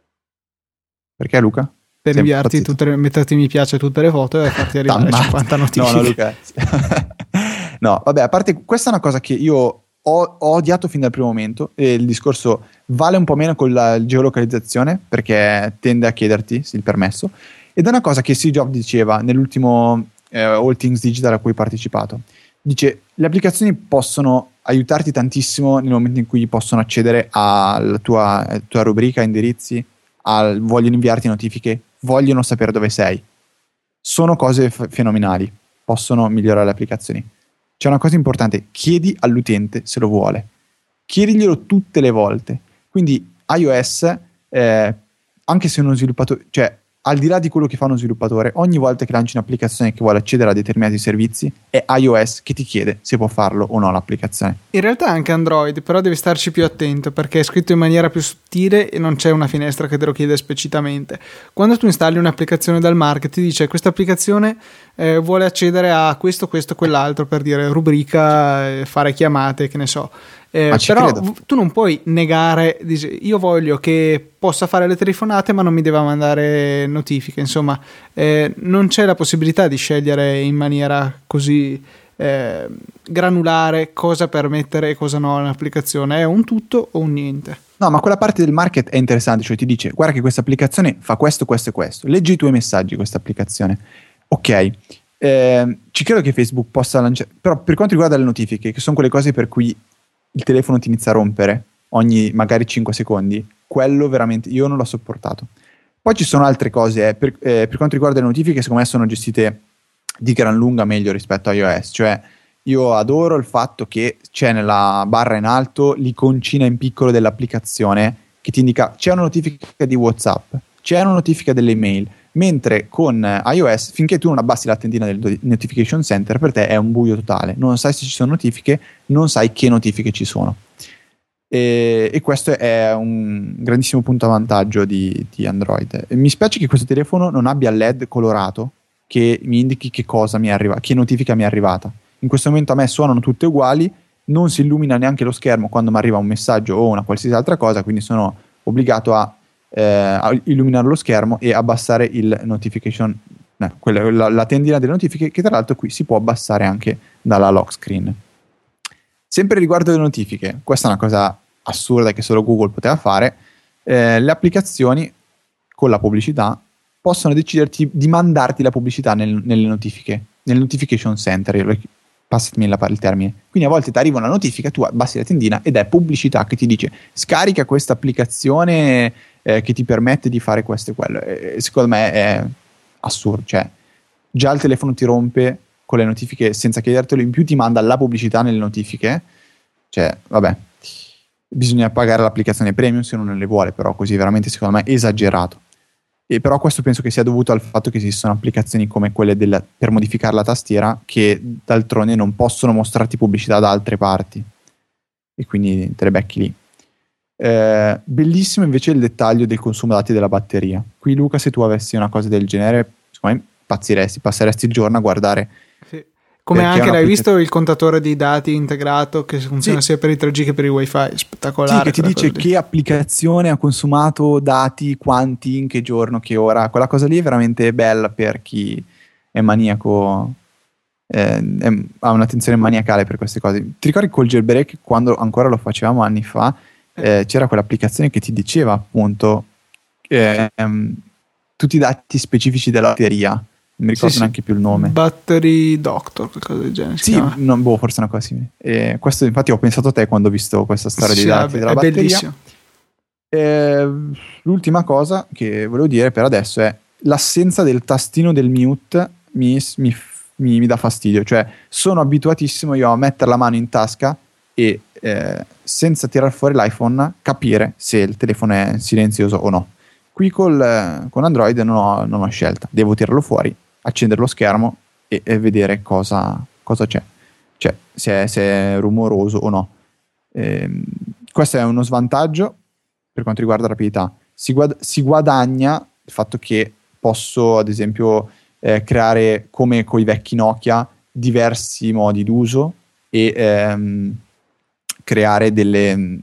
Perché, Luca?
Per
Sei
inviarti tutte le, metterti mi piace a tutte le foto e farti arrivare cinquanta notifiche.
No, no, Luca. No, vabbè, a parte, questa è una cosa che io ho, ho odiato fin dal primo momento, e il discorso vale un po' meno con la geolocalizzazione, perché tende a chiederti il permesso, ed è una cosa che Steve Jobs diceva nell'ultimo eh, All Things Digital a cui ho partecipato. Dice: le applicazioni possono aiutarti tantissimo nel momento in cui possono accedere alla tua, alla tua rubrica, indirizzi, al, vogliono inviarti notifiche, vogliono sapere dove sei. Sono cose f- fenomenali, possono migliorare le applicazioni. C'è una cosa importante: chiedi all'utente se lo vuole, chiediglielo tutte le volte. Quindi iOS, eh, anche se uno sviluppatore, cioè al di là di quello che fa uno sviluppatore, ogni volta che lanci un'applicazione che vuole accedere a determinati servizi, è iOS che ti chiede se può farlo o no l'applicazione.
In realtà anche Android, però devi starci più attento, perché è scritto in maniera più sottile e non c'è una finestra che te lo chiede esplicitamente. Quando tu installi un'applicazione dal market, ti dice: questa applicazione eh, vuole accedere a questo, questo, quell'altro, per dire rubrica, eh, fare chiamate, che ne so. Eh, però credo. Tu non puoi negare, dice, io voglio che possa fare le telefonate ma non mi deve mandare notifiche. Insomma, eh, non c'è la possibilità di scegliere in maniera così eh, granulare cosa permettere e cosa no all'applicazione. È un tutto o un niente.
No, ma quella parte del market è interessante, cioè ti dice: guarda che questa applicazione fa questo, questo e questo, leggi i tuoi messaggi questa applicazione. Ok, eh, ci credo che Facebook possa lanciare, però per quanto riguarda le notifiche, che sono quelle cose per cui il telefono ti inizia a rompere ogni magari cinque secondi, quello veramente io non l'ho sopportato. Poi ci sono altre cose, eh, per, eh, per quanto riguarda le notifiche, secondo me sono gestite di gran lunga meglio rispetto a iOS. Cioè io adoro il fatto che c'è nella barra in alto l'iconcina in piccolo dell'applicazione che ti indica: c'è una notifica di WhatsApp, c'è una notifica delle email, mentre con iOS, finché tu non abbassi la tendina del notification center, per te è un buio totale, non sai se ci sono notifiche, non sai che notifiche ci sono, e, e questo è un grandissimo punto a vantaggio di, di Android. E mi spiace che questo telefono non abbia l'L E D colorato che mi indichi che cosa mi è arrivata, che notifica mi è arrivata. In questo momento a me suonano tutte uguali, non si illumina neanche lo schermo quando mi arriva un messaggio o una qualsiasi altra cosa, quindi sono obbligato a Eh, a illuminare lo schermo e abbassare il notification, no, quella, la, la tendina delle notifiche, che tra l'altro qui si può abbassare anche dalla lock screen. Sempre riguardo le notifiche, questa è una cosa assurda che solo Google poteva fare. Eh, le applicazioni con la pubblicità possono deciderti di mandarti la pubblicità nel, nelle notifiche, nel notification center, passatemi la, il termine. Quindi a volte ti arriva una notifica, tu abbassi la tendina ed è pubblicità che ti dice: scarica questa applicazione eh, che ti permette di fare questo e quello. E secondo me è assurdo, cioè già il telefono ti rompe con le notifiche senza chiedertelo, in più ti manda la pubblicità nelle notifiche. Cioè vabbè, bisogna pagare l'applicazione premium se uno non le vuole, però così veramente secondo me è esagerato. E però questo penso che sia dovuto al fatto che esistono applicazioni come quelle della, per modificare la tastiera, che d'altronde non possono mostrarti pubblicità da altre parti, e quindi te le becchi lì. Eh, bellissimo invece il dettaglio del consumo dati della batteria. Qui Luca, se tu avessi una cosa del genere, secondo me impazziresti, passeresti il giorno a guardare.
Sì. Come anche l'hai visto il contatore di dati integrato che funziona sì. sia per il tre G che per il wifi, spettacolare.
Sì, che ti dice che applicazione ha consumato dati, quanti, in che giorno, che ora. Quella cosa lì è veramente bella per chi è maniaco, eh, è, ha un'attenzione maniacale per queste cose. Ti ricordi col jailbreak, quando ancora lo facevamo anni fa, eh, c'era quell'applicazione che ti diceva appunto eh, um, tutti i dati specifici della batteria, non mi ricordo sì, neanche sì. più il nome.
Battery Doctor, qualcosa del genere.
Sì, non, boh, forse una cosa simile. E questo infatti ho pensato a te quando ho visto questa storia sì, dei dati
vabbè,
della
è
batteria.
Bellissimo.
E, l'ultima cosa che volevo dire per adesso è l'assenza del tastino del mute mi, mi, mi, mi dà fastidio. Cioè sono abituatissimo io a mettere la mano in tasca e eh, senza tirar fuori l'iPhone capire se il telefono è silenzioso o no. Qui col, con Android non ho, non ho scelta, devo tirarlo fuori, accendere lo schermo e, e vedere cosa, cosa c'è, cioè se è, se è rumoroso o no. Ehm, questo è uno svantaggio per quanto riguarda la rapidità. Si, guad- si guadagna il fatto che posso ad esempio eh, creare, come con i vecchi Nokia, diversi modi d'uso e ehm, creare delle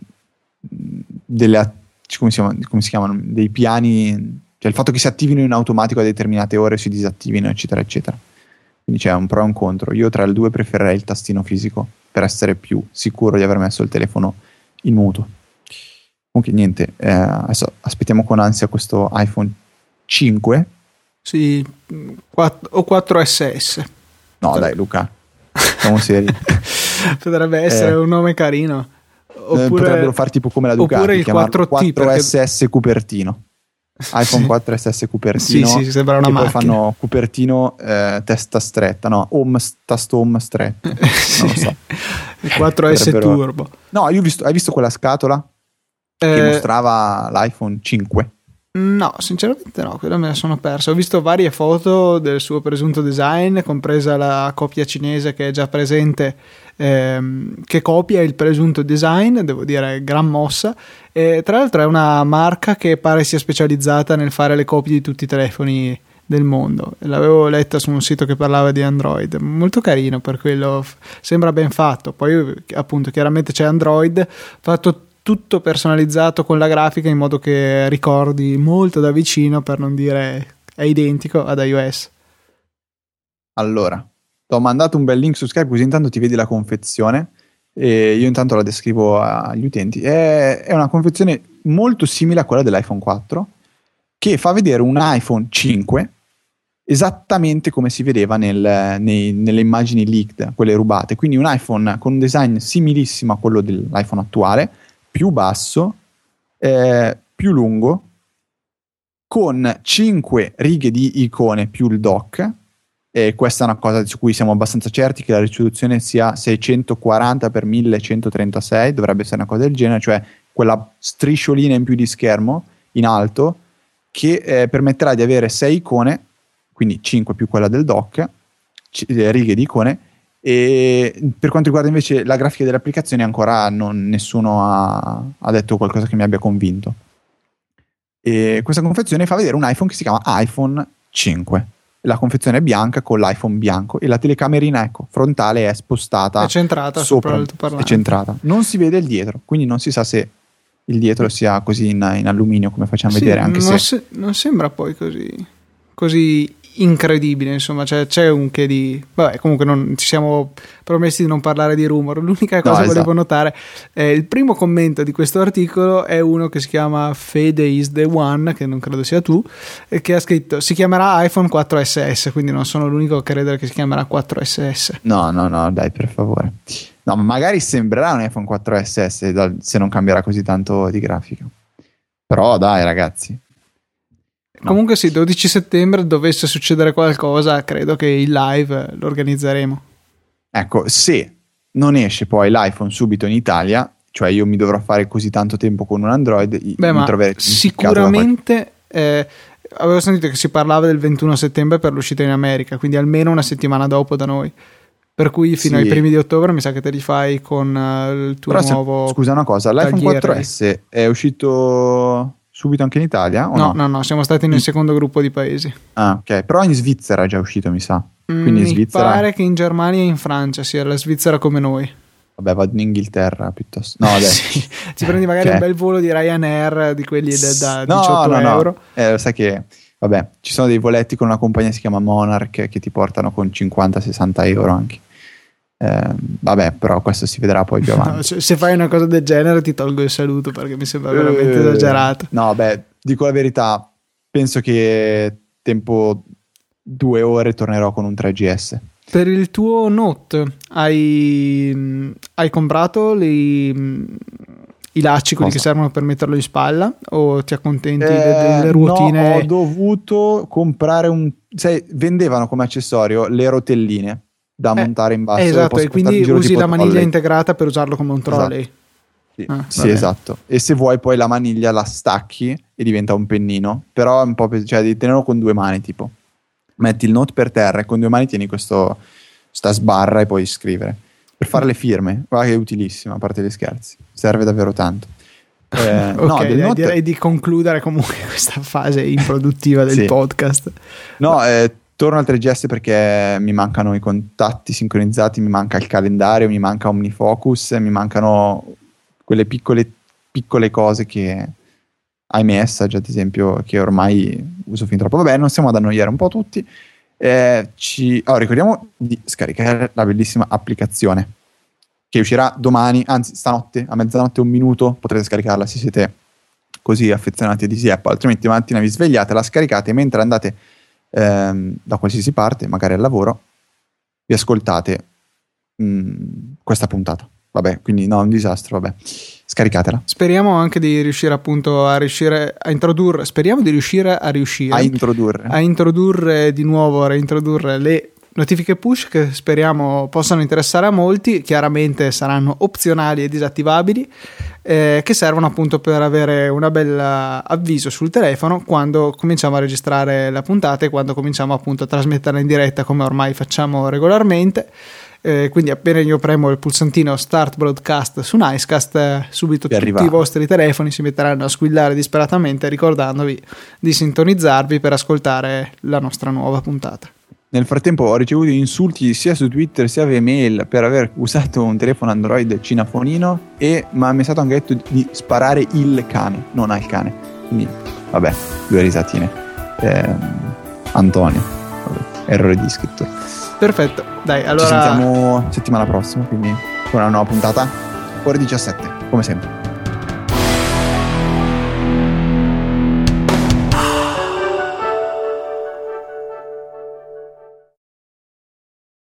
delle come si chiamano, come si chiamano dei piani, cioè il fatto che si attivino in automatico a determinate ore, si disattivino eccetera eccetera. Quindi c'è un pro e un contro. Io tra le due preferirei il tastino fisico per essere più sicuro di aver messo il telefono in muto. Comunque niente, eh, adesso aspettiamo con ansia questo iPhone cinque.
Sì, quattro, o quattro S S.
No
Potrebbe.
Dai Luca, siamo seri.
Potrebbe essere eh, un nome carino. Oppure,
potrebbero fare tipo come la Ducati,
oppure il quattro T,
quattro S S
perché...
Cupertino. iPhone sì. quattro S S Cupertino.
Sì, sì, sembra una
e
macchina.
Poi fanno Cupertino eh, testa stretta, no, home, tasto home stretto. Non lo so.
Il quattro S Turbo.
No, io ho visto, hai visto quella scatola
eh...
che mostrava l'iPhone cinque?
No, sinceramente no, quella me la sono persa. Ho visto varie foto del suo presunto design, compresa la copia cinese che è già presente, ehm, che copia il presunto design, devo dire gran mossa. E tra l'altro è una marca che pare sia specializzata nel fare le copie di tutti i telefoni del mondo. L'avevo letta su un sito che parlava di Android, molto carino per quello, sembra ben fatto. Poi appunto chiaramente c'è Android fatto tutto personalizzato con la grafica in modo che ricordi molto da vicino, per non dire è identico ad iOS.
Allora, ti ho mandato un bel link su Skype così intanto ti vedi la confezione e io intanto la descrivo agli utenti. È, è una confezione molto simile a quella dell'iPhone quattro, che fa vedere un iPhone cinque esattamente come si vedeva nel, nei, nelle immagini leaked, quelle rubate. Quindi un iPhone con un design similissimo a quello dell'iPhone attuale, più basso, eh, più lungo, con cinque righe di icone più il dock. E questa è una cosa su cui siamo abbastanza certi, che la risoluzione sia seicentoquaranta per millecentotrentasei, dovrebbe essere una cosa del genere, cioè quella strisciolina in più di schermo in alto che eh, permetterà di avere sei icone, quindi cinque più quella del dock, c- righe di icone. E per quanto riguarda invece la grafica delle applicazioni ancora non, nessuno ha, ha detto qualcosa che mi abbia convinto. E questa confezione fa vedere un iPhone che si chiama iPhone cinque. La confezione è bianca con l'iPhone bianco e la telecamerina, ecco, frontale è spostata,
è centrata sopra,
sopra l'altoparlante. È centrata. Non si vede il dietro, quindi non si sa se il dietro sia così in, in alluminio come facciamo
sì,
vedere, anche
non
se...
se non sembra poi così così incredibile, insomma, cioè, c'è un che di vabbè, comunque non ci siamo promessi di non parlare di rumor. L'unica cosa
no,
che
esatto.
volevo notare è il primo commento di questo articolo è uno che si chiama Fede is the one, che non credo sia tu, e che ha scritto si chiamerà iPhone quattro S S, quindi non sono l'unico a credere che si chiamerà quattro S S.
No, no, no, dai, per favore. No, magari sembrerà un iPhone quattro S S se non cambierà così tanto di grafica. Però dai, ragazzi.
No. Comunque sì, dodici settembre dovesse succedere qualcosa, credo che il live lo organizzeremo.
Ecco, se non esce poi l'iPhone subito in Italia, cioè io mi dovrò fare così tanto tempo con un Android,
Beh,
mi
ma
troverete
sicuramente eh, avevo sentito che si parlava del ventuno settembre per l'uscita in America, quindi almeno una settimana dopo da noi. Per cui fino sì. ai primi di ottobre mi sa che te li fai con uh, il tuo
Però
nuovo.
Se, scusa una cosa, l'iPhone quattro S è uscito subito anche in Italia? O
no,
no,
no, no, siamo stati nel secondo gruppo di paesi.
Ah, ok. Però in Svizzera è già uscito, mi sa. Quindi
Mi
Svizzera.
pare che in Germania e in Francia sia la Svizzera come noi.
Vabbè, vado in Inghilterra piuttosto. No, dai.
Sì, ti prendi magari
Cioè.
un bel volo di Ryanair di quelli da, da
No,
diciotto
no, no.
euro.
Eh, sai che, vabbè, ci sono dei voletti con una compagnia che si chiama Monarch che ti portano con cinquanta sessanta euro anche. Eh, vabbè, però questo si vedrà poi più avanti.
No, se, se fai una cosa del genere ti tolgo il saluto perché mi sembra veramente
Eh,
esagerato.
No, beh, dico la verità, penso che tempo due ore tornerò con un tre G S.
Per il tuo Note hai, hai comprato le, i lacci, quelli
Cosa?
che servono per metterlo in spalla, o ti accontenti
Eh,
delle ruotine?
No, ho dovuto comprare un... Sai, vendevano come accessorio le rotelline da
Eh,
montare in basso.
Eh,
e
esatto,
posso
e quindi
portare in giro
usi
tipo
la maniglia
trolley.
integrata per usarlo come un trolley.
Sì,
Ah,
sì,
vabbè.
esatto. E se vuoi poi la maniglia la stacchi e diventa un pennino, però è un po' pes- cioè devi tenerlo con due mani, tipo metti il Note per terra e con due mani tieni questo sta sbarra e puoi scrivere per fare le firme. Guarda che è utilissima, a parte gli scherzi, serve davvero tanto. Eh,
Ok,
no, del
dai,
Note-
direi di concludere comunque questa fase improduttiva del
Sì.
podcast.
No, eh, torno al tre G S perché mi mancano i contatti sincronizzati, mi manca il calendario, mi manca OmniFocus, mi mancano quelle piccole, piccole cose che iMessage, ad esempio, che ormai uso fin troppo. Vabbè, non stiamo ad annoiare un po' tutti. Eh, ci... oh, ricordiamo di scaricare la bellissima applicazione che uscirà domani, anzi stanotte, a mezzanotte e un minuto potrete scaricarla se siete così affezionati a Easy Apple, altrimenti mattina vi svegliate, la scaricate mentre andate ehm, da qualsiasi parte, magari al lavoro, vi ascoltate mh, questa puntata. Vabbè, quindi no, è un disastro, vabbè. Scaricatela.
Speriamo anche di riuscire appunto a riuscire a introdurre, speriamo di riuscire a riuscire
A introdurre.
a introdurre di nuovo, a reintrodurre le notifiche push che speriamo possano interessare a molti. Chiaramente saranno opzionali e disattivabili, eh, che servono appunto per avere una bella avviso sul telefono quando cominciamo a registrare la puntata e quando cominciamo appunto a trasmetterla in diretta, come ormai facciamo regolarmente. Eh, quindi appena io premo il pulsantino Start Broadcast su Nicecast, eh, subito tutti
arriva.
i vostri telefoni si metteranno a squillare disperatamente, ricordandovi di sintonizzarvi per ascoltare la nostra nuova puntata.
Nel frattempo ho ricevuto insulti sia su Twitter sia via mail per aver usato un telefono Android cinafonino, e ma mi è stato anche detto di sparare il cane, non al cane. Quindi vabbè, due risatine. Eh, Antonio, vabbè, errore di scrittura.
Perfetto, dai, allora
Ci sentiamo settimana prossima, quindi con una nuova puntata, ore diciassette, come sempre.